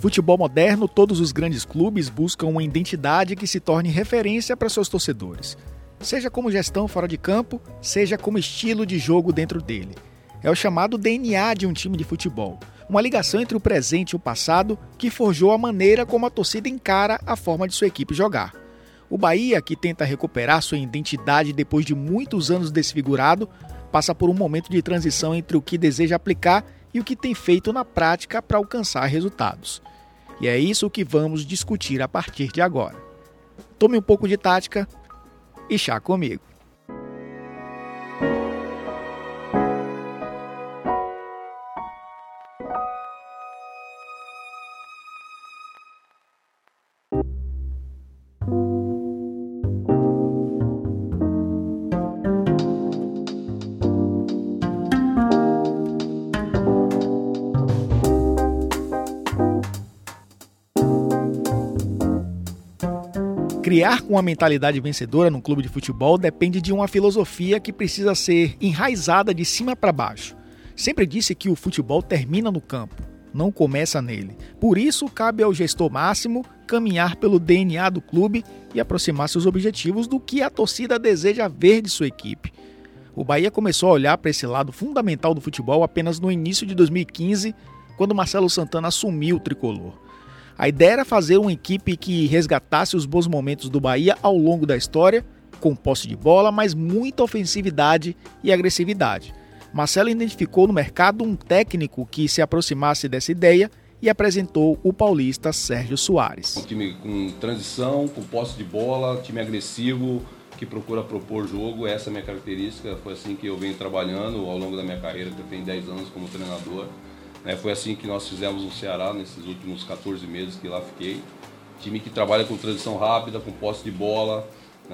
futebol moderno, todos os grandes clubes buscam uma identidade que se torne referência para seus torcedores. Seja como gestão fora de campo, seja como estilo de jogo dentro dele. É o chamado DNA de um time de futebol. Uma ligação entre o presente e o passado que forjou a maneira como a torcida encara a forma de sua equipe jogar. O Bahia, que tenta recuperar sua identidade depois de muitos anos desfigurado, passa por um momento de transição entre o que deseja aplicar e o que tem feito na prática para alcançar resultados. E é isso que vamos discutir a partir de agora. Tome um pouco de tática e chá comigo. Criar com uma mentalidade vencedora num clube de futebol depende de uma filosofia que precisa ser enraizada de cima para baixo. Sempre disse que o futebol termina no campo, não começa nele. Por isso, cabe ao gestor máximo caminhar pelo DNA do clube e aproximar seus objetivos do que a torcida deseja ver de sua equipe. O Bahia começou a olhar para esse lado fundamental do futebol apenas no início de 2015, quando Marcelo Santana assumiu o tricolor. A ideia era fazer uma equipe que resgatasse os bons momentos do Bahia ao longo da história, com posse de bola, mas muita ofensividade e agressividade. Marcelo identificou no mercado um técnico que se aproximasse dessa ideia e apresentou o paulista Sérgio Soares. Um time com transição, com posse de bola, time agressivo, que procura propor jogo, essa é a minha característica, foi assim que eu venho trabalhando ao longo da minha carreira, que eu tenho 10 anos como treinador. Foi assim que nós fizemos no Ceará nesses últimos 14 meses que lá fiquei. Time que trabalha com transição rápida, com posse de bola,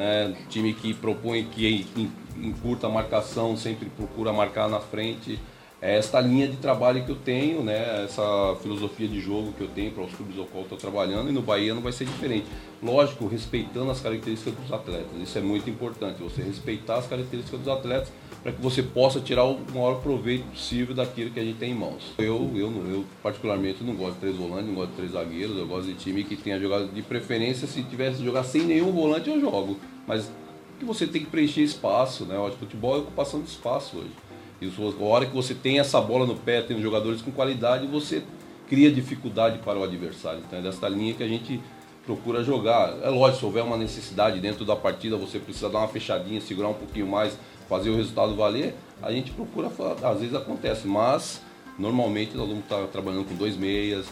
time que propõe que encurta a marcação, sempre procura marcar na frente. É esta linha de trabalho que eu tenho, essa filosofia de jogo que eu tenho para os clubes ao qual estou trabalhando, e no Bahia não vai ser diferente. Lógico, respeitando as características dos atletas, isso é muito importante, você respeitar as características dos atletas para que você possa tirar o maior proveito possível daquilo que a gente tem em mãos. Eu particularmente não gosto de 3 volantes, não gosto de 3 zagueiros, eu gosto de time que tenha jogado de preferência, se tivesse de jogar sem nenhum volante eu jogo, mas que você tem que preencher espaço, O futebol é ocupação de espaço hoje. E a hora que você tem essa bola no pé, tem jogadores com qualidade, você cria dificuldade para o adversário. Então é dessa linha que a gente procura jogar. É lógico, se houver uma necessidade dentro da partida, você precisa dar uma fechadinha, segurar um pouquinho mais, fazer o resultado valer, a gente procura, às vezes acontece, mas normalmente nós vamos estar trabalhando com 2 meias,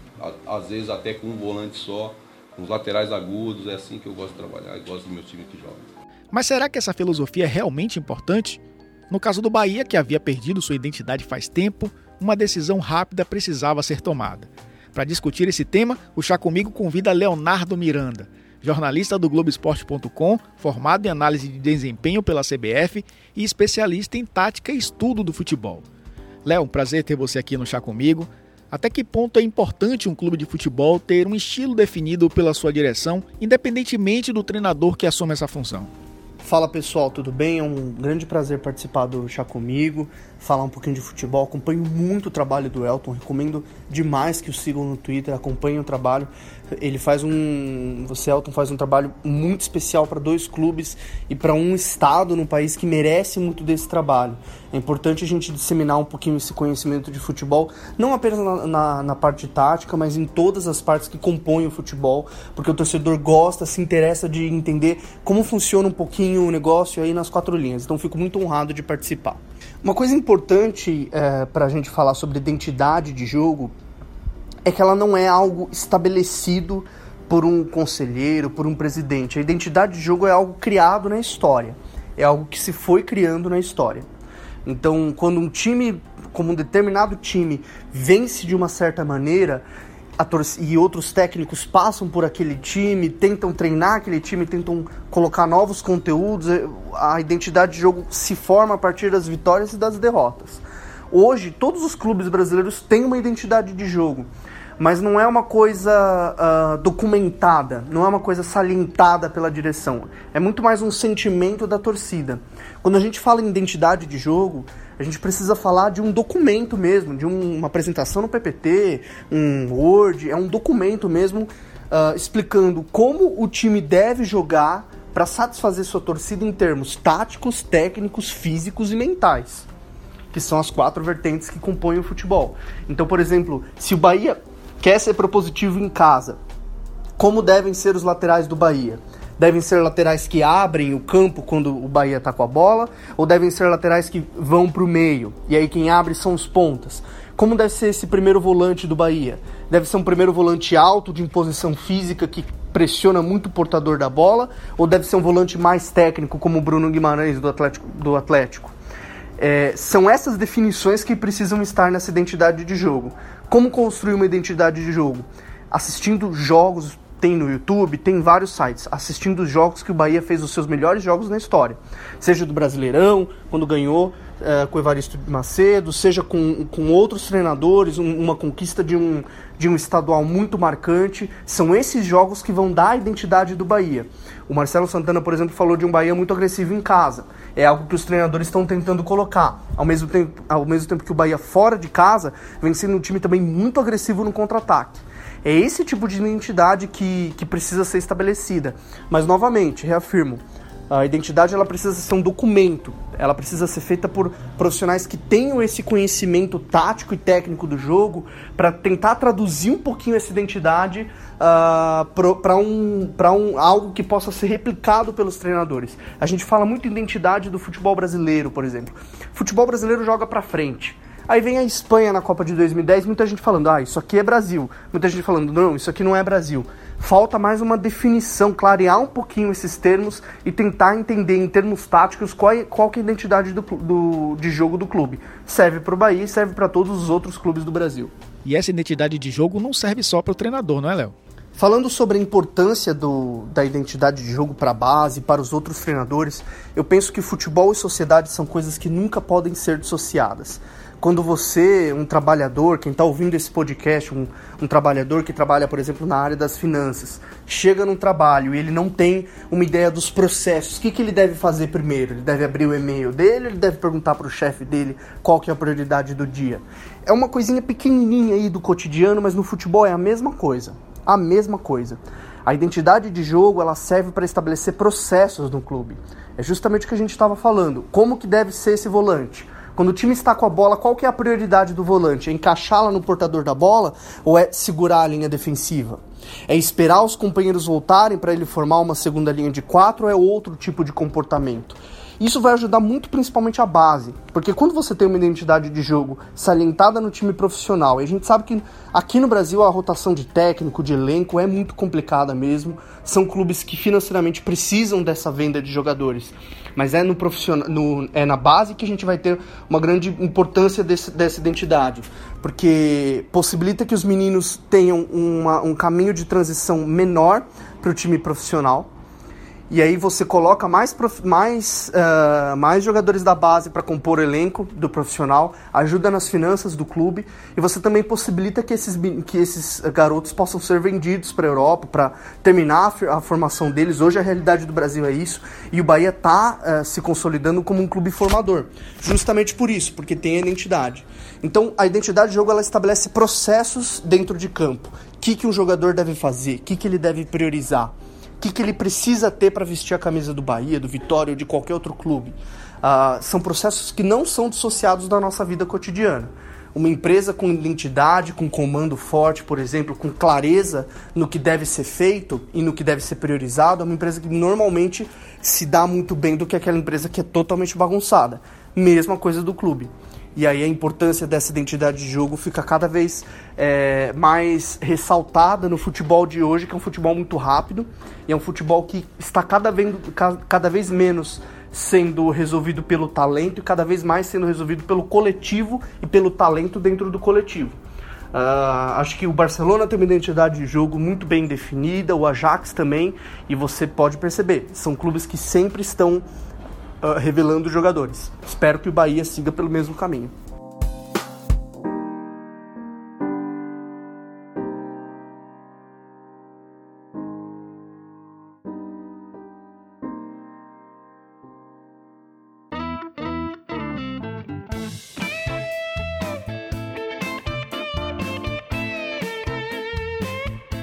às vezes até com um volante só, com os laterais agudos, é assim que eu gosto de trabalhar, eu gosto do meu time que joga. Mas será que essa filosofia é realmente importante? No caso do Bahia, que havia perdido sua identidade faz tempo, uma decisão rápida precisava ser tomada. Para discutir esse tema, o Chá Comigo convida Leonardo Miranda, jornalista do Globoesporte.com, formado em análise de desempenho pela CBF e especialista em tática e estudo do futebol. Léo, um prazer ter você aqui no Chá Comigo. Até que ponto é importante um clube de futebol ter um estilo definido pela sua direção, independentemente do treinador que assume essa função? Fala pessoal, tudo bem? É um grande prazer participar do Chá Comigo, falar um pouquinho de futebol. Acompanho muito o trabalho do Elton, recomendo demais que o sigam no Twitter, acompanhem o trabalho. Elton faz um trabalho muito especial para 2 clubes e para um estado no país que merece muito desse trabalho. É importante a gente disseminar um pouquinho esse conhecimento de futebol, não apenas na parte tática, mas em todas as partes que compõem o futebol, porque o torcedor gosta, se interessa de entender como funciona um pouquinho o negócio aí nas 4 linhas. Então fico muito honrado de participar. Uma coisa importante para a gente falar sobre identidade de jogo é que ela não é algo estabelecido por um conselheiro, por um presidente. A identidade de jogo é algo criado na história, é algo que se foi criando na história. Então, quando um time, como um determinado time, vence de uma certa maneira, e outros técnicos passam por aquele time, tentam treinar aquele time, tentam colocar novos conteúdos, a identidade de jogo se forma a partir das vitórias e das derrotas. Hoje, todos os clubes brasileiros têm uma identidade de jogo, mas não é uma coisa documentada, não é uma coisa salientada pela direção. É muito mais um sentimento da torcida. Quando a gente fala em identidade de jogo, a A gente precisa falar de um documento mesmo, de uma apresentação no PPT, um Word, é um documento mesmo explicando como o time deve jogar para satisfazer sua torcida em termos táticos, técnicos, físicos e mentais, que são as 4 vertentes que compõem o futebol. Então, por exemplo, se o Bahia quer ser propositivo em casa, como devem ser os laterais do Bahia? Devem ser laterais que abrem o campo quando o Bahia está com a bola, ou devem ser laterais que vão para o meio, e aí quem abre são os pontas? Como deve ser esse primeiro volante do Bahia? Deve ser um primeiro volante alto, de imposição física, que pressiona muito o portador da bola, ou deve ser um volante mais técnico, como o Bruno Guimarães do Atlético? São essas definições que precisam estar nessa identidade de jogo. Como construir uma identidade de jogo? Assistindo jogos, tem no YouTube, tem em vários sites, assistindo os jogos que o Bahia fez, os seus melhores jogos na história. Seja do Brasileirão, quando ganhou com o Evaristo Macedo, seja com outros treinadores, uma conquista de um estadual muito marcante. São esses jogos que vão dar a identidade do Bahia. O Marcelo Santana, por exemplo, falou de um Bahia muito agressivo em casa. É algo que os treinadores estão tentando colocar. Ao mesmo tempo que o Bahia fora de casa vem sendo um time também muito agressivo no contra-ataque. É esse tipo de identidade que precisa ser estabelecida. Mas, novamente, reafirmo, a identidade ela precisa ser um documento. Ela precisa ser feita por profissionais que tenham esse conhecimento tático e técnico do jogo para tentar traduzir um pouquinho essa identidade para algo que possa ser replicado pelos treinadores. A gente fala muito em identidade do futebol brasileiro, por exemplo. O futebol brasileiro joga para frente. Aí vem a Espanha na Copa de 2010, muita gente falando, isso aqui é Brasil. Muita gente falando, não, isso aqui não é Brasil. Falta mais uma definição, clarear um pouquinho esses termos e tentar entender em termos táticos qual que é a identidade de jogo do clube. Serve para o Bahia e serve para todos os outros clubes do Brasil. E essa identidade de jogo não serve só para o treinador, não é, Léo? Falando sobre a importância da identidade de jogo para a base e para os outros treinadores, eu penso que futebol e sociedade são coisas que nunca podem ser dissociadas. Quando você, um trabalhador, quem está ouvindo esse podcast, um trabalhador que trabalha, por exemplo, na área das finanças, chega num trabalho e ele não tem uma ideia dos processos, o que ele deve fazer primeiro? Ele deve abrir o e-mail dele, ele deve perguntar para o chefe dele qual que é a prioridade do dia. É uma coisinha pequenininha aí do cotidiano, mas no futebol é a mesma coisa. A mesma coisa. A identidade de jogo ela serve para estabelecer processos no clube. É justamente o que a gente estava falando. Como que deve ser esse volante? Quando o time está com a bola, qual que é a prioridade do volante? É encaixá-la no portador da bola ou é segurar a linha defensiva? É esperar os companheiros voltarem para ele formar uma segunda linha de 4 ou é outro tipo de comportamento? Isso vai ajudar muito principalmente a base, porque quando você tem uma identidade de jogo salientada no time profissional, e a gente sabe que aqui no Brasil a rotação de técnico, de elenco é muito complicada mesmo, são clubes que financeiramente precisam dessa venda de jogadores, mas é na base que a gente vai ter uma grande importância dessa identidade, porque possibilita que os meninos tenham um caminho de transição menor para o time profissional. E aí você coloca mais jogadores da base para compor o elenco do profissional, ajuda nas finanças do clube, e você também possibilita que esses garotos possam ser vendidos para a Europa, para terminar a formação deles. Hoje a realidade do Brasil é isso, e o Bahia está se consolidando como um clube formador, justamente por isso, porque tem a identidade. Então a identidade de jogo ela estabelece processos dentro de campo. O que um jogador deve fazer, o que ele deve priorizar. O que ele precisa ter para vestir a camisa do Bahia, do Vitória ou de qualquer outro clube. São processos que não são dissociados da nossa vida cotidiana. Uma empresa com identidade, com comando forte, por exemplo, com clareza no que deve ser feito e no que deve ser priorizado, é uma empresa que normalmente se dá muito bem do que aquela empresa que é totalmente bagunçada. Mesma coisa do clube. E aí a importância dessa identidade de jogo fica cada vez mais ressaltada no futebol de hoje, que é um futebol muito rápido, e é um futebol que está cada vez menos sendo resolvido pelo talento e cada vez mais sendo resolvido pelo coletivo e pelo talento dentro do coletivo. Acho que o Barcelona tem uma identidade de jogo muito bem definida, o Ajax também, e você pode perceber, são clubes que sempre estão revelando jogadores. Espero que o Bahia siga pelo mesmo caminho.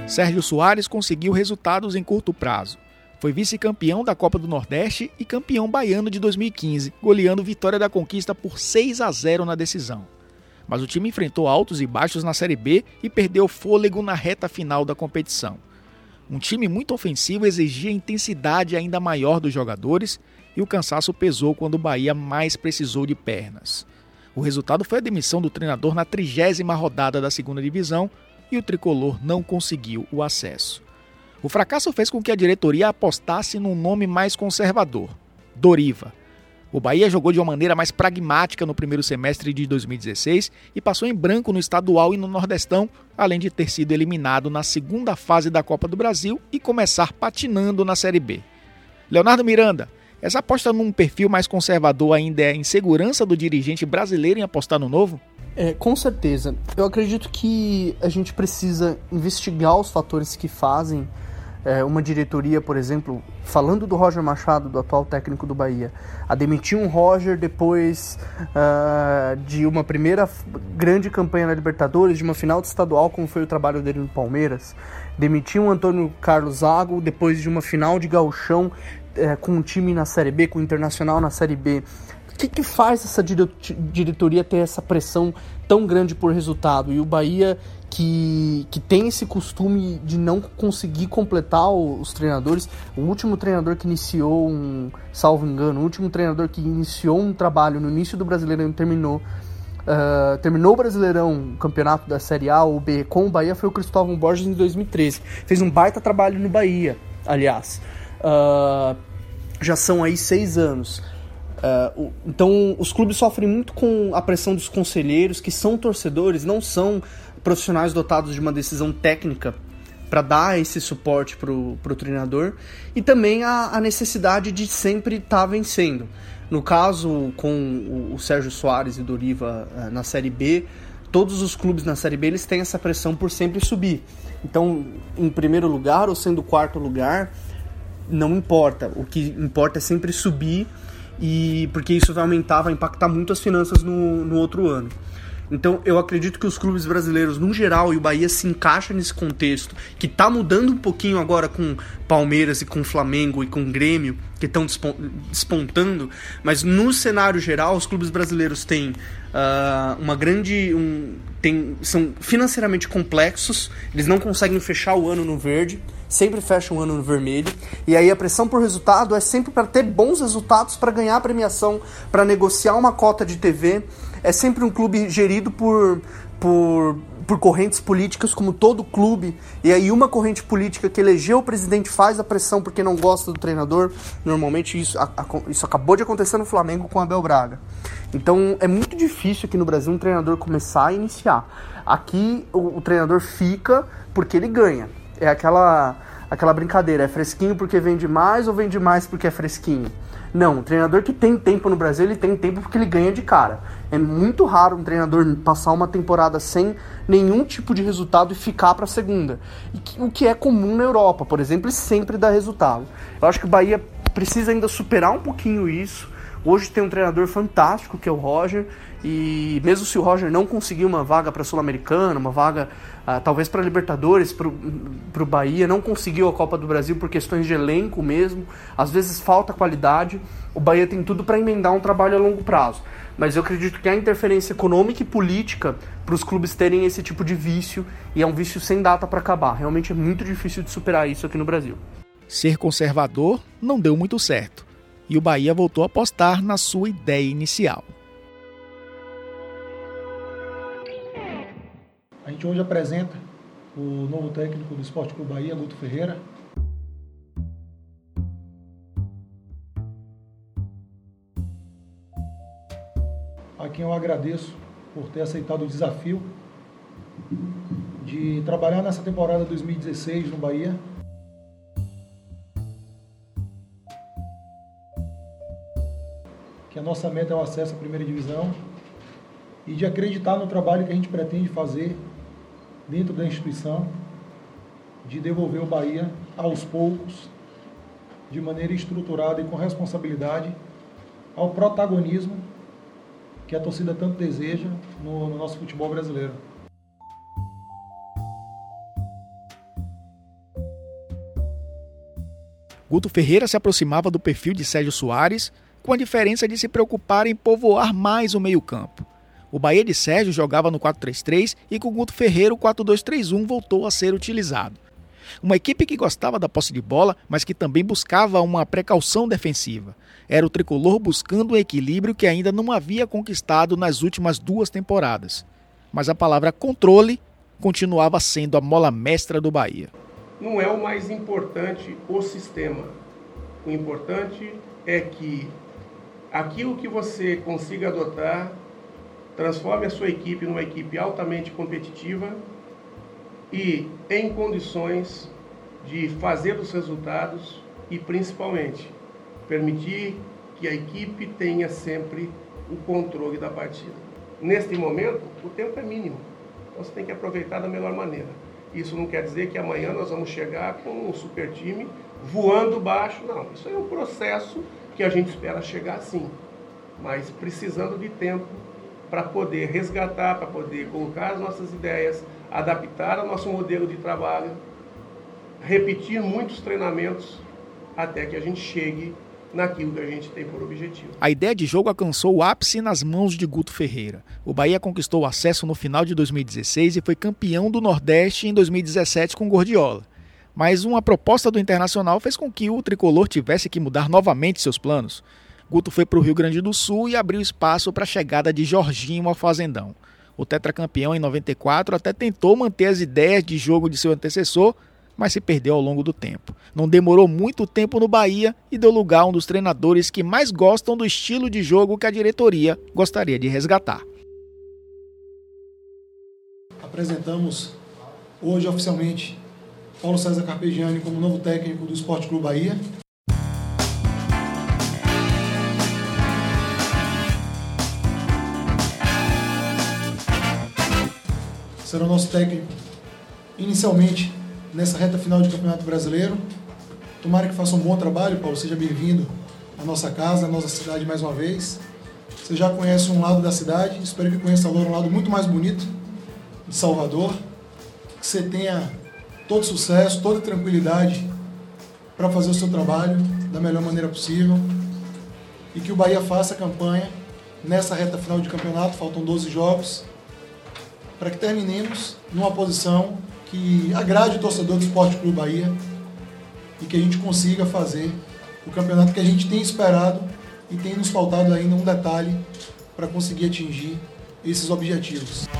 Sérgio Soares conseguiu resultados em curto prazo. Foi vice-campeão da Copa do Nordeste e campeão baiano de 2015, goleando Vitória da Conquista por 6-0 na decisão. Mas o time enfrentou altos e baixos na Série B e perdeu fôlego na reta final da competição. Um time muito ofensivo exigia intensidade ainda maior dos jogadores e o cansaço pesou quando o Bahia mais precisou de pernas. O resultado foi a demissão do treinador na 30ª rodada da segunda divisão e o tricolor não conseguiu o acesso. O fracasso fez com que a diretoria apostasse num nome mais conservador, Doriva. O Bahia jogou de uma maneira mais pragmática no primeiro semestre de 2016 e passou em branco no estadual e no Nordestão, além de ter sido eliminado na segunda fase da Copa do Brasil e começar patinando na Série B. Leonardo Miranda, essa aposta num perfil mais conservador ainda é a insegurança do dirigente brasileiro em apostar no novo? Com certeza. Eu acredito que a gente precisa investigar os fatores que fazem uma diretoria, por exemplo, falando do Roger Machado, do atual técnico do Bahia, a demitir um Roger depois de uma primeira grande campanha na Libertadores, de uma final de estadual, como foi o trabalho dele no Palmeiras, demitir um Antônio Carlos Zago depois de uma final de gauchão com um time na Série B, com o Internacional na Série B. O que faz essa diretoria ter essa pressão tão grande por resultado? E o Bahia, que tem esse costume de não conseguir completar os treinadores, o último treinador que iniciou salvo engano, o último treinador que iniciou um trabalho no início do Brasileirão e terminou o Brasileirão, o campeonato da Série A ou B, com o Bahia, foi o Cristóvão Borges em 2013. Fez um baita trabalho no Bahia, aliás. Já são aí 6 anos. Então os clubes sofrem muito com a pressão dos conselheiros, que são torcedores, não são profissionais dotados de uma decisão técnica para dar esse suporte pro treinador, e também a necessidade de sempre estar vencendo. No caso, com o Sérgio Soares e Doriva na Série B, todos os clubes na Série B eles têm essa pressão por sempre subir. Então, em primeiro lugar ou sendo quarto lugar, não importa. O que importa é sempre subir, e porque isso vai impactar muito as finanças no outro ano. Então eu acredito que os clubes brasileiros no geral, e o Bahia se encaixa nesse contexto, que está mudando um pouquinho agora com Palmeiras e com Flamengo e com Grêmio, que estão despontando, mas no cenário geral os clubes brasileiros têm são financeiramente complexos, eles não conseguem fechar o ano no verde, sempre fecham o ano no vermelho, e aí a pressão por resultado é sempre para ter bons resultados, para ganhar a premiação, para negociar uma cota de TV. É sempre um clube gerido por correntes políticas, como todo clube, e aí uma corrente política que elegeu o presidente faz a pressão porque não gosta do treinador. Normalmente isso acabou de acontecer no Flamengo com Abel Braga. Então é muito difícil aqui no Brasil um treinador começar a iniciar. Aqui o treinador fica porque ele ganha. É aquela brincadeira, é fresquinho porque vende mais ou vende mais porque é fresquinho? Não, o treinador que tem tempo no Brasil, ele tem tempo porque ele ganha de cara. É muito raro um treinador passar uma temporada sem nenhum tipo de resultado e ficar para a segunda. O que é comum na Europa, por exemplo, e sempre dá resultado. Eu acho que o Bahia precisa ainda superar um pouquinho isso. Hoje tem um treinador fantástico, que é o Roger, e mesmo se o Roger não conseguir uma vaga para a Sul-Americana, uma vaga talvez para a Libertadores, para o Bahia, não conseguiu a Copa do Brasil por questões de elenco mesmo, às vezes falta qualidade, o Bahia tem tudo para emendar um trabalho a longo prazo. Mas eu acredito que há interferência econômica e política para os clubes terem esse tipo de vício, e é um vício sem data para acabar. Realmente é muito difícil de superar isso aqui no Brasil. Ser conservador não deu muito certo, e o Bahia voltou a apostar na sua ideia inicial. A gente hoje apresenta o novo técnico do Sport Clube Bahia, Guto Ferreira. A quem eu agradeço por ter aceitado o desafio de trabalhar nessa temporada 2016 no Bahia. Que a nossa meta é o acesso à primeira divisão e de acreditar no trabalho que a gente pretende fazer dentro da instituição, de devolver o Bahia aos poucos, de maneira estruturada e com responsabilidade, ao protagonismo que a torcida tanto deseja no nosso futebol brasileiro. Guto Ferreira se aproximava do perfil de Sérgio Soares, com a diferença de se preocupar em povoar mais o meio-campo. O Bahia de Sérgio jogava no 4-3-3 e com Guto Ferreira o 4-2-3-1 voltou a ser utilizado. Uma equipe que gostava da posse de bola, mas que também buscava uma precaução defensiva. Era o tricolor buscando um equilíbrio que ainda não havia conquistado nas últimas 2 temporadas. Mas a palavra controle continuava sendo a mola mestra do Bahia. Não é o mais importante o sistema. O importante é que aquilo que você consiga adotar transforme a sua equipe numa equipe altamente competitiva e em condições de fazer os resultados e, principalmente, permitir que a equipe tenha sempre o controle da partida. Neste momento, o tempo é mínimo, então você tem que aproveitar da melhor maneira. Isso não quer dizer que amanhã nós vamos chegar com um super time voando baixo, não. Isso é um processo que a gente espera chegar sim, mas precisando de tempo para poder resgatar, para poder colocar as nossas ideias, adaptar ao nosso modelo de trabalho, repetir muitos treinamentos até que a gente chegue naquilo que a gente tem por objetivo. A ideia de jogo alcançou o ápice nas mãos de Guto Ferreira. O Bahia conquistou o acesso no final de 2016 e foi campeão do Nordeste em 2017 com Gordiola. Mas uma proposta do Internacional fez com que o tricolor tivesse que mudar novamente seus planos. Guto foi para o Rio Grande do Sul e abriu espaço para a chegada de Jorginho ao Fazendão. O tetracampeão em 94 até tentou manter as ideias de jogo de seu antecessor, mas se perdeu ao longo do tempo. Não demorou muito tempo no Bahia e deu lugar a um dos treinadores que mais gostam do estilo de jogo que a diretoria gostaria de resgatar. Apresentamos hoje oficialmente Paulo César Carpegiani como novo técnico do Sport Clube Bahia. Será o nosso técnico inicialmente nessa reta final de Campeonato Brasileiro. Tomara que faça um bom trabalho, Paulo. Seja bem-vindo à nossa casa, à nossa cidade mais uma vez. Você já conhece um lado da cidade, espero que conheça agora um lado muito mais bonito de Salvador. Que você tenha todo sucesso, toda tranquilidade para fazer o seu trabalho da melhor maneira possível. E que o Bahia faça a campanha nessa reta final de campeonato, faltam 12 jogos, para que terminemos numa posição que agrade o torcedor do Sport Clube Bahia e que a gente consiga fazer o campeonato que a gente tem esperado e tem nos faltado ainda um detalhe para conseguir atingir esses objetivos.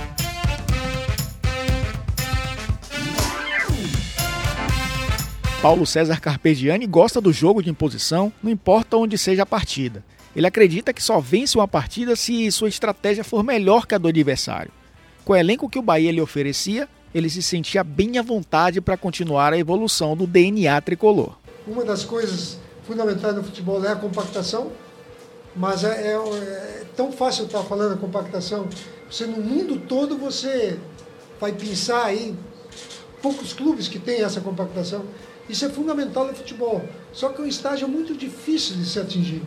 Paulo César Carpegiani gosta do jogo de imposição, não importa onde seja a partida. Ele acredita que só vence uma partida se sua estratégia for melhor que a do adversário. Com o elenco que o Bahia lhe oferecia, ele se sentia bem à vontade para continuar a evolução do DNA tricolor. Uma das coisas fundamentais no futebol é a compactação, mas é tão fácil estar falando a compactação. Você no mundo todo você vai pensar aí, poucos clubes que têm essa compactação. Isso é fundamental no futebol, só que é um estágio muito difícil de se atingir.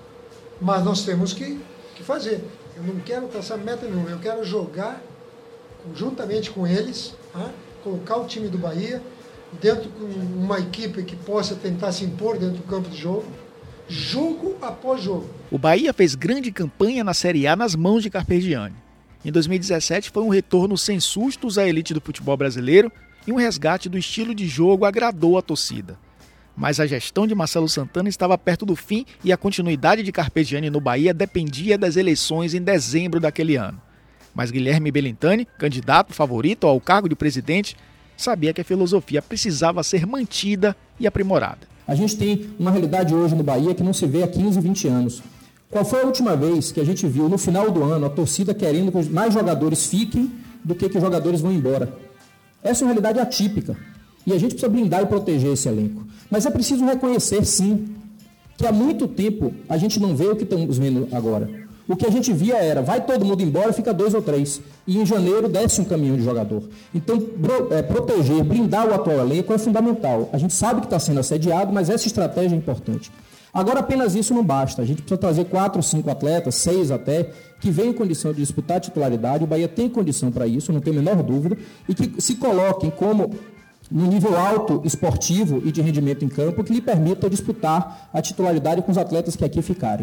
Mas nós temos que fazer. Eu não quero traçar meta nenhuma, eu quero jogar juntamente com eles, colocar o time do Bahia dentro de uma equipe que possa tentar se impor dentro do campo de jogo, jogo após jogo. O Bahia fez grande campanha na Série A nas mãos de Carpegiani. Em 2017 foi um retorno sem sustos à elite do futebol brasileiro e um resgate do estilo de jogo agradou a torcida. Mas a gestão de Marcelo Santana estava perto do fim e a continuidade de Carpegiani no Bahia dependia das eleições em dezembro daquele ano. Mas Guilherme Belintani, candidato favorito ao cargo de presidente, sabia que a filosofia precisava ser mantida e aprimorada. A gente tem uma realidade hoje no Bahia que não se vê há 15, 20 anos. Qual foi a última vez que a gente viu no final do ano a torcida querendo que mais jogadores fiquem do que os jogadores vão embora? Essa é uma realidade atípica e a gente precisa blindar e proteger esse elenco. Mas é preciso reconhecer, sim, que há muito tempo a gente não vê o que estamos vendo agora. O que a gente via era, vai todo mundo embora, fica 2 ou 3. E em janeiro desce um caminhão de jogador. Então, proteger, blindar o atual elenco é fundamental. A gente sabe que está sendo assediado, mas essa estratégia é importante. Agora, apenas isso não basta. A gente precisa trazer 4, 5 atletas, 6 até, que venham em condição de disputar a titularidade. O Bahia tem condição para isso, não tenho a menor dúvida. E que se coloquem como no nível alto esportivo e de rendimento em campo que lhe permita disputar a titularidade com os atletas que aqui ficarem.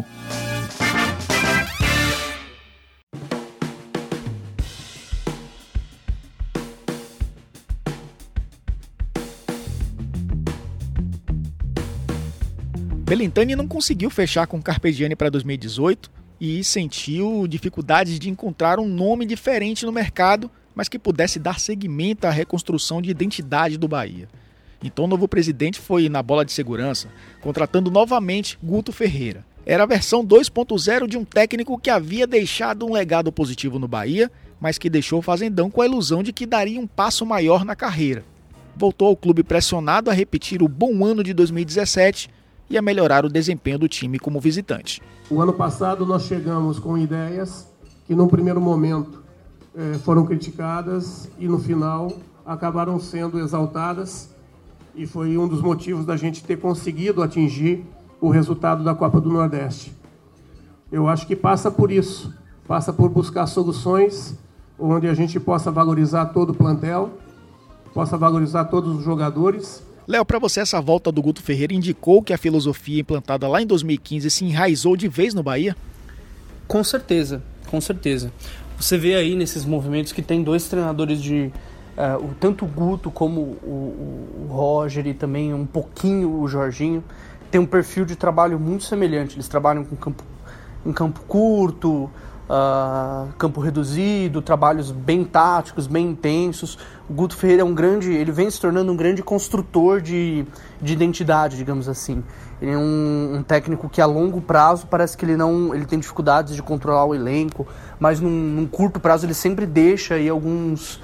Belintani não conseguiu fechar com Carpegiani para 2018 e sentiu dificuldades de encontrar um nome diferente no mercado, mas que pudesse dar seguimento à reconstrução de identidade do Bahia. Então o novo presidente foi na bola de segurança, contratando novamente Guto Ferreira. Era a versão 2.0 de um técnico que havia deixado um legado positivo no Bahia, mas que deixou o Fazendão com a ilusão de que daria um passo maior na carreira. Voltou ao clube pressionado a repetir o bom ano de 2017 e a melhorar o desempenho do time como visitante. O ano passado nós chegamos com ideias que no primeiro momento foram criticadas e no final acabaram sendo exaltadas, e foi um dos motivos da gente ter conseguido atingir o resultado da Copa do Nordeste. Eu acho que passa por isso, passa por buscar soluções onde a gente possa valorizar todo o plantel, possa valorizar todos os jogadores. Léo, para você essa volta do Guto Ferreira indicou que a filosofia implantada lá em 2015 se enraizou de vez no Bahia? Com certeza, com certeza. Você vê aí nesses movimentos que tem dois treinadores tanto o Guto como o Roger e também um pouquinho o Jorginho, tem um perfil de trabalho muito semelhante. Eles trabalham em campo curto, campo reduzido, trabalhos bem táticos, bem intensos. O Guto Ferreira ele vem se tornando um grande construtor de identidade, digamos assim. Ele é um técnico que a longo prazo parece que ele tem dificuldades de controlar o elenco, mas num curto prazo ele sempre deixa aí alguns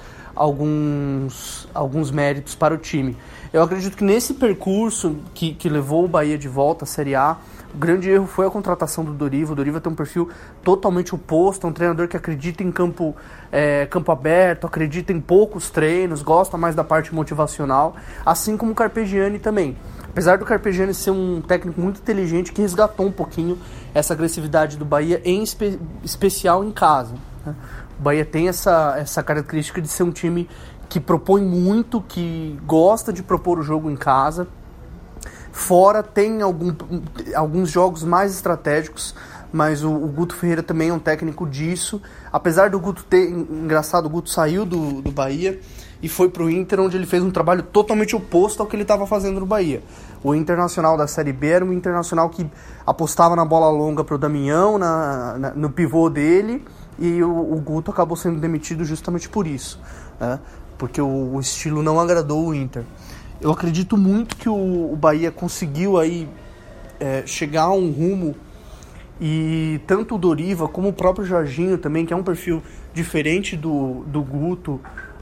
méritos para o time. Eu acredito que nesse percurso que levou o Bahia de volta à Série A, o grande erro foi a contratação do Doriva. O Doriva tem um perfil totalmente oposto, é um treinador que acredita em campo aberto, acredita em poucos treinos, gosta mais da parte motivacional, assim como o Carpegiani também. Apesar do Carpegiani ser um técnico muito inteligente que resgatou um pouquinho essa agressividade do Bahia, em especial em casa, né? O Bahia tem essa característica de ser um time que propõe muito, que gosta de propor o jogo em casa. Fora tem alguns jogos mais estratégicos, mas o Guto Ferreira também é um técnico disso. Apesar do Guto o Guto saiu do Bahia e foi pro Inter, onde ele fez um trabalho totalmente oposto ao que ele estava fazendo no Bahia. O Internacional da Série B era um Internacional que apostava na bola longa pro Damião, no pivô dele, e o Guto acabou sendo demitido justamente por isso, né? Porque o estilo não agradou o Inter. Eu acredito muito que o Bahia conseguiu aí chegar a um rumo, e tanto o Doriva como o próprio Jorginho também, que é um perfil diferente do Guto,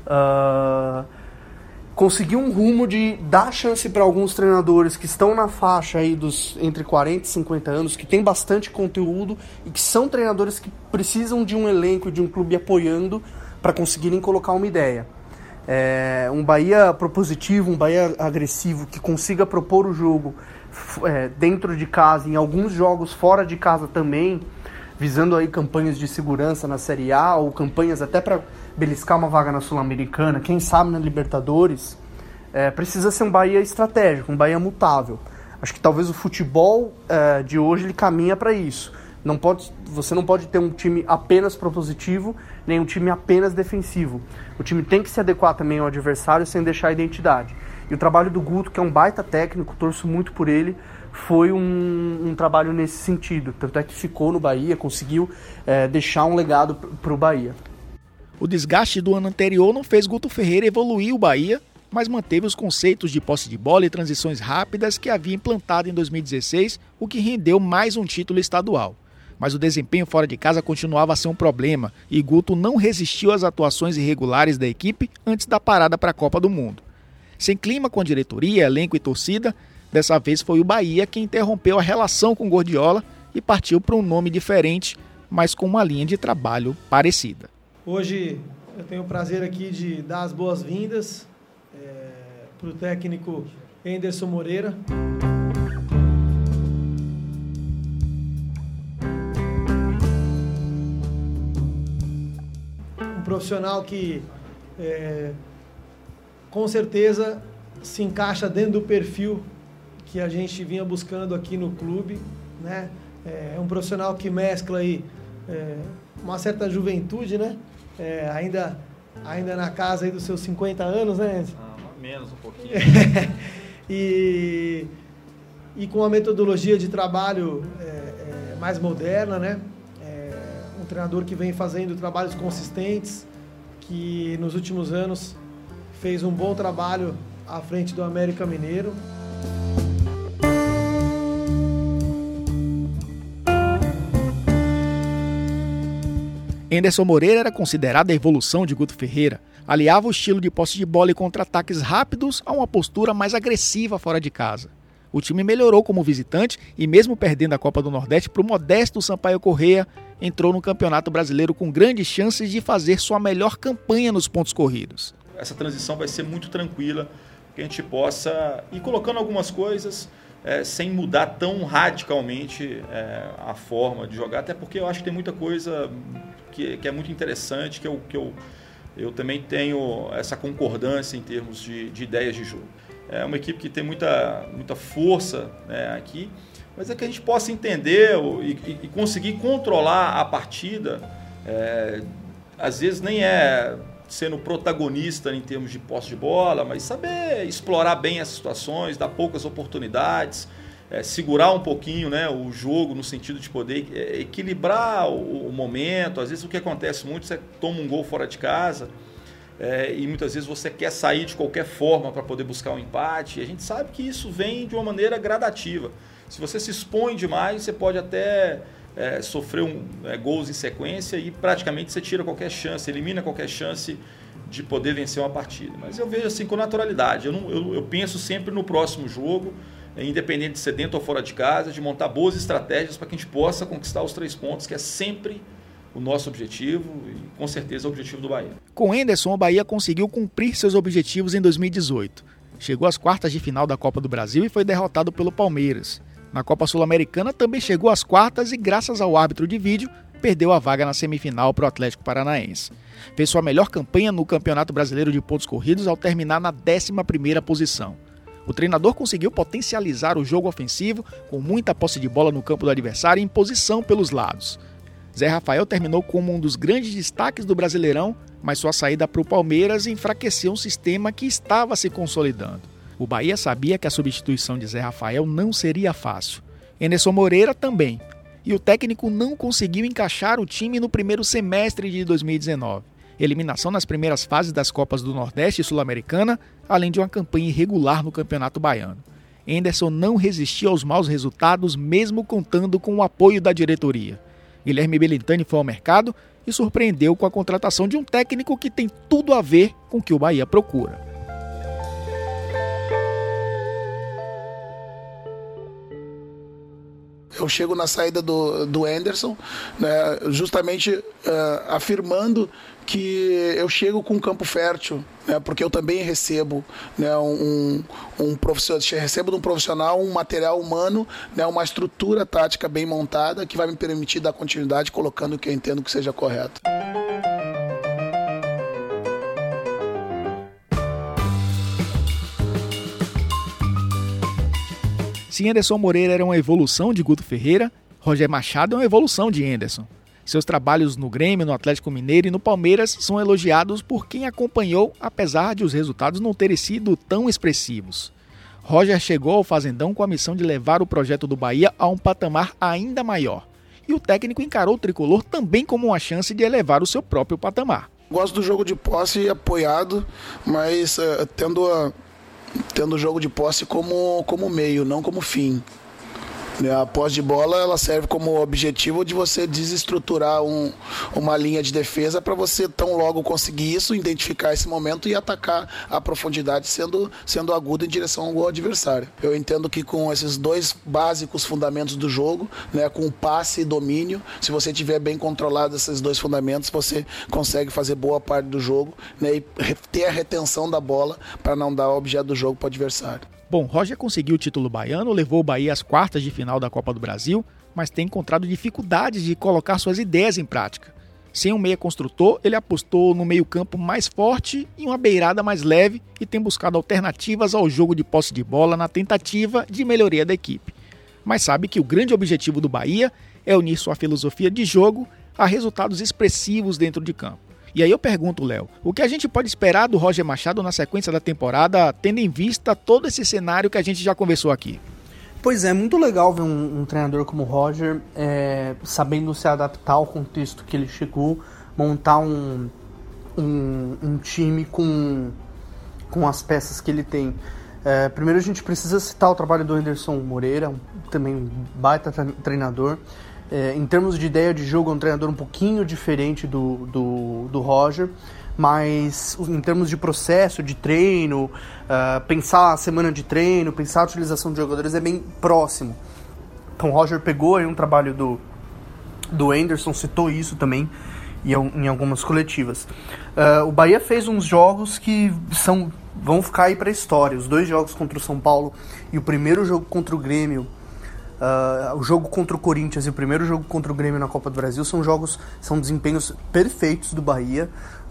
conseguiu um rumo de dar chance para alguns treinadores que estão na faixa aí dos entre 40 e 50 anos, que tem bastante conteúdo e que são treinadores que precisam de um elenco e de um clube apoiando para conseguirem colocar uma ideia. Um Bahia propositivo, um Bahia agressivo, que consiga propor o jogo dentro de casa, em alguns jogos fora de casa também, visando aí campanhas de segurança na Série A, ou campanhas até para beliscar uma vaga na Sul-Americana, quem sabe na Libertadores. Precisa ser um Bahia estratégico, um Bahia mutável. Acho que talvez o futebol de hoje ele caminha para isso. Você não pode ter um time apenas propositivo, nem um time apenas defensivo. O time tem que se adequar também ao adversário sem deixar a identidade. E o trabalho do Guto, que é um baita técnico, torço muito por ele, foi um trabalho nesse sentido. Tanto é que ficou no Bahia, conseguiu deixar um legado para o Bahia. O desgaste do ano anterior não fez Guto Ferreira evoluir o Bahia, mas manteve os conceitos de posse de bola e transições rápidas que havia implantado em 2016, o que rendeu mais um título estadual. Mas o desempenho fora de casa continuava a ser um problema e Guto não resistiu às atuações irregulares da equipe antes da parada para a Copa do Mundo. Sem clima com a diretoria, elenco e torcida, dessa vez foi o Bahia quem interrompeu a relação com Gordiola e partiu para um nome diferente, mas com uma linha de trabalho parecida. Hoje eu tenho o prazer aqui de dar as boas-vindas para o técnico Henderson Moreira. Um profissional que com certeza se encaixa dentro do perfil que a gente vinha buscando aqui no clube, né? É um profissional que mescla aí uma certa juventude, né? Ainda na casa aí dos seus 50 anos, né? Menos um pouquinho. E com uma metodologia de trabalho mais moderna, né? Um treinador que vem fazendo trabalhos consistentes, que nos últimos anos fez um bom trabalho à frente do América Mineiro. Enderson Moreira era considerado a evolução de Guto Ferreira. Aliava o estilo de posse de bola e contra-ataques rápidos a uma postura mais agressiva fora de casa. O time melhorou como visitante e, mesmo perdendo a Copa do Nordeste para o modesto Sampaio Corrêa, entrou no Campeonato Brasileiro com grandes chances de fazer sua melhor campanha nos pontos corridos. Essa transição vai ser muito tranquila, que a gente possa ir colocando algumas coisas sem mudar tão radicalmente a forma de jogar, até porque eu acho que tem muita coisa que é muito interessante, que eu também tenho essa concordância em termos de ideias de jogo. É uma equipe que tem muita força, né, aqui, mas é que a gente possa entender e conseguir controlar a partida, às vezes nem sendo protagonista em termos de posse de bola, mas saber explorar bem as situações, dar poucas oportunidades, segurar um pouquinho, né, o jogo no sentido de poder equilibrar o momento. Às vezes o que acontece muito, você toma um gol fora de casa e muitas vezes você quer sair de qualquer forma para poder buscar um empate, e a gente sabe que isso vem de uma maneira gradativa. Se você se expõe demais, você pode até sofrer gols em sequência e praticamente você tira qualquer chance, elimina qualquer chance de poder vencer uma partida. Mas eu vejo assim com naturalidade. Eu penso sempre no próximo jogo, independente de ser dentro ou fora de casa, de montar boas estratégias para que a gente possa conquistar os 3 pontos, que é sempre o nosso objetivo e com certeza o objetivo do Bahia. Com Enderson, o Bahia conseguiu cumprir seus objetivos em 2018. Chegou às quartas de final da Copa do Brasil e foi derrotado pelo Palmeiras. Na Copa Sul-Americana também chegou às quartas e, graças ao árbitro de vídeo, perdeu a vaga na semifinal para o Atlético Paranaense. Fez sua melhor campanha no Campeonato Brasileiro de Pontos Corridos ao terminar na 11ª posição. O treinador conseguiu potencializar o jogo ofensivo com muita posse de bola no campo do adversário e em posição pelos lados. Zé Rafael terminou como um dos grandes destaques do Brasileirão, mas sua saída para o Palmeiras enfraqueceu um sistema que estava se consolidando. O Bahia sabia que a substituição de Zé Rafael não seria fácil. Enderson Moreira também. E o técnico não conseguiu encaixar o time no primeiro semestre de 2019. Eliminação nas primeiras fases das Copas do Nordeste e Sul-Americana, além de uma campanha irregular no Campeonato Baiano. Enderson não resistiu aos maus resultados, mesmo contando com o apoio da diretoria. Guilherme Belintani foi ao mercado e surpreendeu com a contratação de um técnico que tem tudo a ver com o que o Bahia procura. Eu chego na saída do Enderson, né, justamente afirmando que eu chego com um campo fértil, né, porque eu também recebo, né, recebo de um profissional um material humano, né, uma estrutura tática bem montada que vai me permitir dar continuidade colocando o que eu entendo que seja correto. Se Enderson Moreira era uma evolução de Guto Ferreira, Roger Machado é uma evolução de Enderson. Seus trabalhos no Grêmio, no Atlético Mineiro e no Palmeiras são elogiados por quem acompanhou, apesar de os resultados não terem sido tão expressivos. Roger chegou ao Fazendão com a missão de levar o projeto do Bahia a um patamar ainda maior. E o técnico encarou o tricolor também como uma chance de elevar o seu próprio patamar. Gosto do jogo de posse apoiado, mas tendo o jogo de posse como meio, não como fim. A posse de bola ela serve como objetivo de você desestruturar uma linha de defesa para você tão logo conseguir isso, identificar esse momento e atacar a profundidade sendo agudo em direção ao gol adversário. Eu entendo que com esses 2 básicos fundamentos do jogo, né, com passe e domínio, se você tiver bem controlado esses 2 fundamentos, você consegue fazer boa parte do jogo, né, e ter a retenção da bola para não dar o objeto do jogo para o adversário. Bom, Roger conseguiu o título baiano, levou o Bahia às quartas de final da Copa do Brasil, mas tem encontrado dificuldades de colocar suas ideias em prática. Sem um meia construtor, ele apostou no meio-campo mais forte e uma beirada mais leve e tem buscado alternativas ao jogo de posse de bola na tentativa de melhoria da equipe. Mas sabe que o grande objetivo do Bahia é unir sua filosofia de jogo a resultados expressivos dentro de campo. E aí eu pergunto, Léo, o que a gente pode esperar do Roger Machado na sequência da temporada, tendo em vista todo esse cenário que a gente já conversou aqui? Pois é, muito legal ver um treinador como o Roger sabendo se adaptar ao contexto que ele chegou, montar um time com as peças que ele tem. Primeiro a gente precisa citar o trabalho do Anderson Moreira, também um baita treinador. Em termos de ideia de jogo, é um treinador um pouquinho diferente do Roger, mas em termos de processo, de treino, pensar a semana de treino, pensar a utilização de jogadores é bem próximo. Então o Roger pegou aí um trabalho do Anderson, citou isso também em algumas coletivas. O Bahia fez uns jogos que vão ficar aí para a história. Os 2 jogos contra o São Paulo e o primeiro jogo contra o Grêmio, o jogo contra o Corinthians e o primeiro jogo contra o Grêmio na Copa do Brasil são desempenhos perfeitos do Bahia,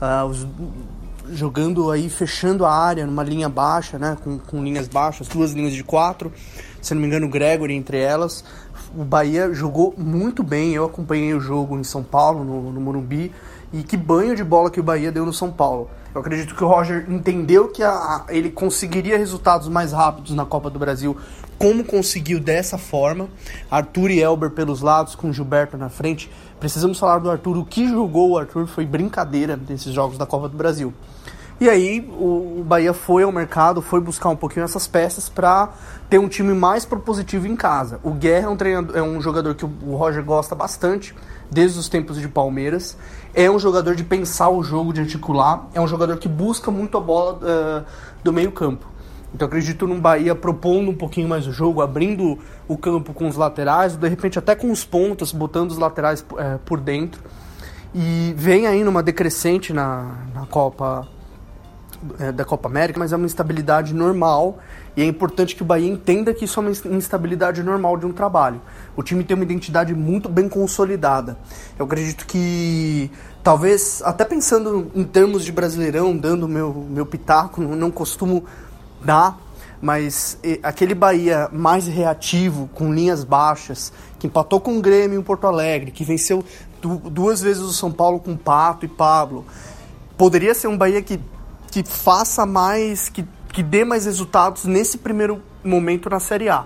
jogando aí, fechando a área numa linha baixa, né, com linhas baixas, 2 linhas de 4, se não me engano o Gregory entre elas. O Bahia jogou muito bem, eu acompanhei o jogo em São Paulo, no Morumbi, e que banho de bola que o Bahia deu no São Paulo. Eu acredito que o Roger entendeu que ele conseguiria resultados mais rápidos na Copa do Brasil, como conseguiu dessa forma. Arthur e Elber pelos lados, com o Gilberto na frente. Precisamos falar do Arthur. O que jogou o Arthur foi brincadeira nesses jogos da Copa do Brasil. E aí o Bahia foi ao mercado, foi buscar um pouquinho essas peças para ter um time mais propositivo em casa. O Guerra é um jogador que o Roger gosta bastante, desde os tempos de Palmeiras. É um jogador de pensar o jogo, de articular. É um jogador que busca muito a bola do meio campo. Então acredito no Bahia propondo um pouquinho mais o jogo, abrindo o campo com os laterais, de repente até com os pontas, botando os laterais por dentro. E vem aí numa decrescente na Copa da Copa América, mas é uma instabilidade normal, e é importante que o Bahia entenda que isso é uma instabilidade normal de um trabalho. O time tem uma identidade muito bem consolidada. Eu acredito que, talvez, até pensando em termos de Brasileirão, dando meu pitaco, não costumo dar, mas aquele Bahia mais reativo, com linhas baixas, que empatou com o Grêmio em Porto Alegre, que venceu 2 vezes o São Paulo com Pato e Pablo, poderia ser um Bahia que faça mais, que dê mais resultados nesse primeiro momento na Série A.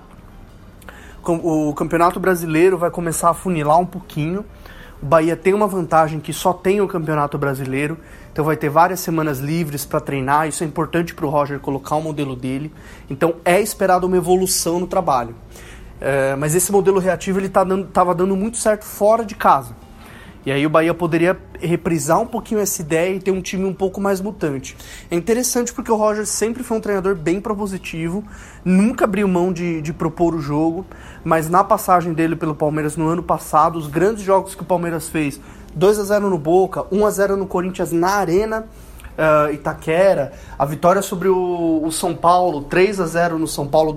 O Campeonato Brasileiro vai começar a funilar um pouquinho. O Bahia tem uma vantagem que só tem o Campeonato Brasileiro, então vai ter várias semanas livres para treinar. Isso é importante para o Roger colocar o modelo dele. Então é esperado uma evolução no trabalho. Mas esse modelo reativo ele estava dando muito certo fora de casa. E aí o Bahia poderia reprisar um pouquinho essa ideia e ter um time um pouco mais mutante. É interessante porque o Roger sempre foi um treinador bem propositivo, nunca abriu mão de propor o jogo, mas na passagem dele pelo Palmeiras no ano passado, os grandes jogos que o Palmeiras fez, 2-0 no Boca, 1-0 no Corinthians na Arena Itaquera, a vitória sobre o São Paulo, 3-0 no São Paulo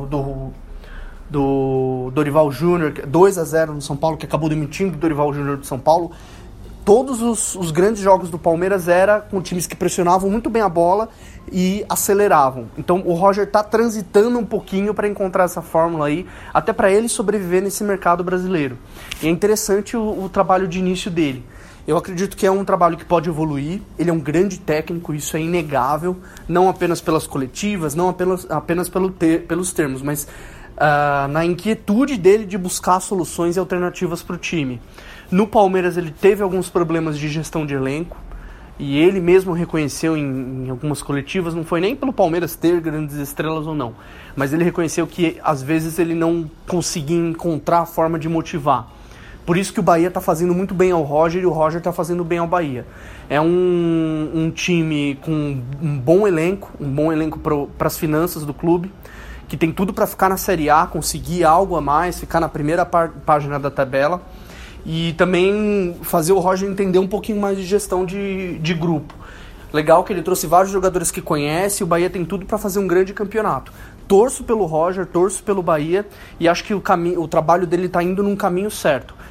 do Dorival Júnior, 2-0 no São Paulo, que acabou demitindo o Dorival Júnior do São Paulo. Todos os grandes jogos do Palmeiras eram com times que pressionavam muito bem a bola e aceleravam. Então o Roger está transitando um pouquinho para encontrar essa fórmula aí, até para ele sobreviver nesse mercado brasileiro. E é interessante o trabalho de início dele. Eu acredito que é um trabalho que pode evoluir. Ele é um grande técnico, isso é inegável, não apenas pelas coletivas, não apenas pelos termos, mas na inquietude dele de buscar soluções e alternativas para o time. No Palmeiras ele teve alguns problemas de gestão de elenco, e ele mesmo reconheceu em algumas coletivas, não foi nem pelo Palmeiras ter grandes estrelas ou não, mas ele reconheceu que às vezes ele não conseguia encontrar a forma de motivar. Por isso que o Bahia está fazendo muito bem ao Roger e o Roger está fazendo bem ao Bahia. É um time com um bom elenco para as finanças do clube, que tem tudo para ficar na Série A, conseguir algo a mais, ficar na primeira página da tabela, e também fazer o Roger entender um pouquinho mais de gestão de grupo. Legal que ele trouxe vários jogadores que conhece, o Bahia tem tudo para fazer um grande campeonato. Torço pelo Roger, torço pelo Bahia, e acho que o trabalho dele está indo num caminho certo.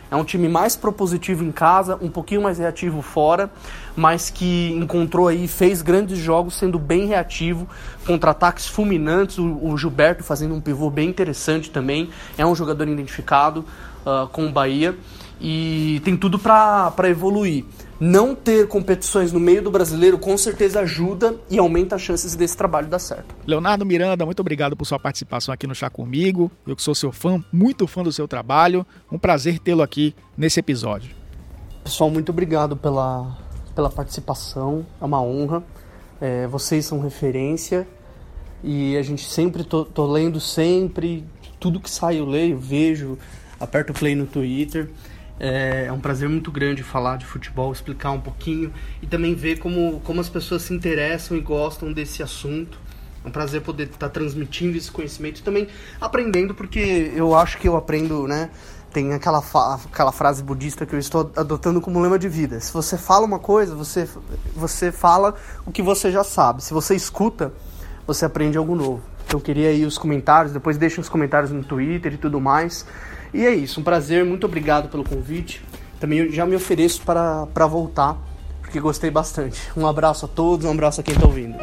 É um time mais propositivo em casa, um pouquinho mais reativo fora, mas que encontrou aí, fez grandes jogos sendo bem reativo, contra-ataques fulminantes, o Gilberto fazendo um pivô bem interessante também, é um jogador identificado com o Bahia e tem tudo para evoluir. Não ter competições no meio do brasileiro com certeza ajuda e aumenta as chances desse trabalho dar certo. Leonardo Miranda, muito obrigado por sua participação aqui no Chá Comigo. Eu que sou seu fã, muito fã do seu trabalho. Um prazer tê-lo aqui nesse episódio. Pessoal, muito obrigado pela participação. É uma honra. Vocês são referência e a gente sempre tô lendo sempre. Tudo que sai eu leio, vejo, aperto o play no Twitter. É um prazer muito grande falar de futebol, explicar um pouquinho e também ver como as pessoas se interessam e gostam desse assunto. É um prazer poder estar transmitindo esse conhecimento e também aprendendo, porque eu acho que eu aprendo, né? Tem aquela frase budista que eu estou adotando como lema de vida. Se você fala uma coisa, você fala o que você já sabe. Se você escuta, você aprende algo novo. Então eu queria aí os comentários, depois deixem os comentários no Twitter e tudo mais. E é isso, um prazer, muito obrigado pelo convite. Também eu já me ofereço para voltar, porque gostei bastante. Um abraço a todos, um abraço a quem está ouvindo.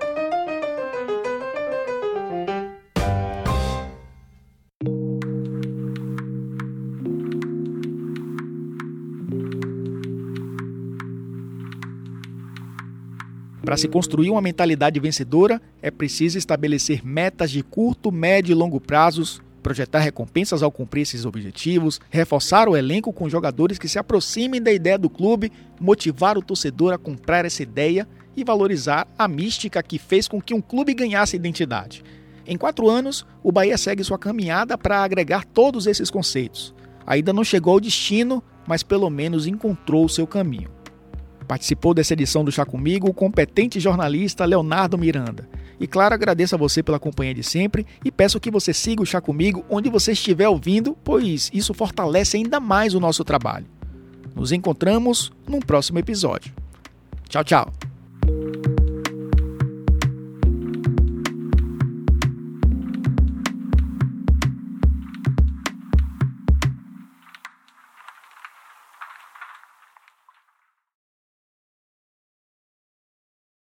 Para se construir uma mentalidade vencedora, é preciso estabelecer metas de curto, médio e longo prazos, projetar recompensas ao cumprir esses objetivos, reforçar o elenco com jogadores que se aproximem da ideia do clube, motivar o torcedor a comprar essa ideia e valorizar a mística que fez com que um clube ganhasse identidade. Em 4 anos, o Bahia segue sua caminhada para agregar todos esses conceitos. Ainda não chegou ao destino, mas pelo menos encontrou o seu caminho. Participou dessa edição do Chá Comigo o competente jornalista Leonardo Miranda. E claro, agradeço a você pela companhia de sempre e peço que você siga o Chá Comigo onde você estiver ouvindo, pois isso fortalece ainda mais o nosso trabalho. Nos encontramos num próximo episódio. Tchau, tchau!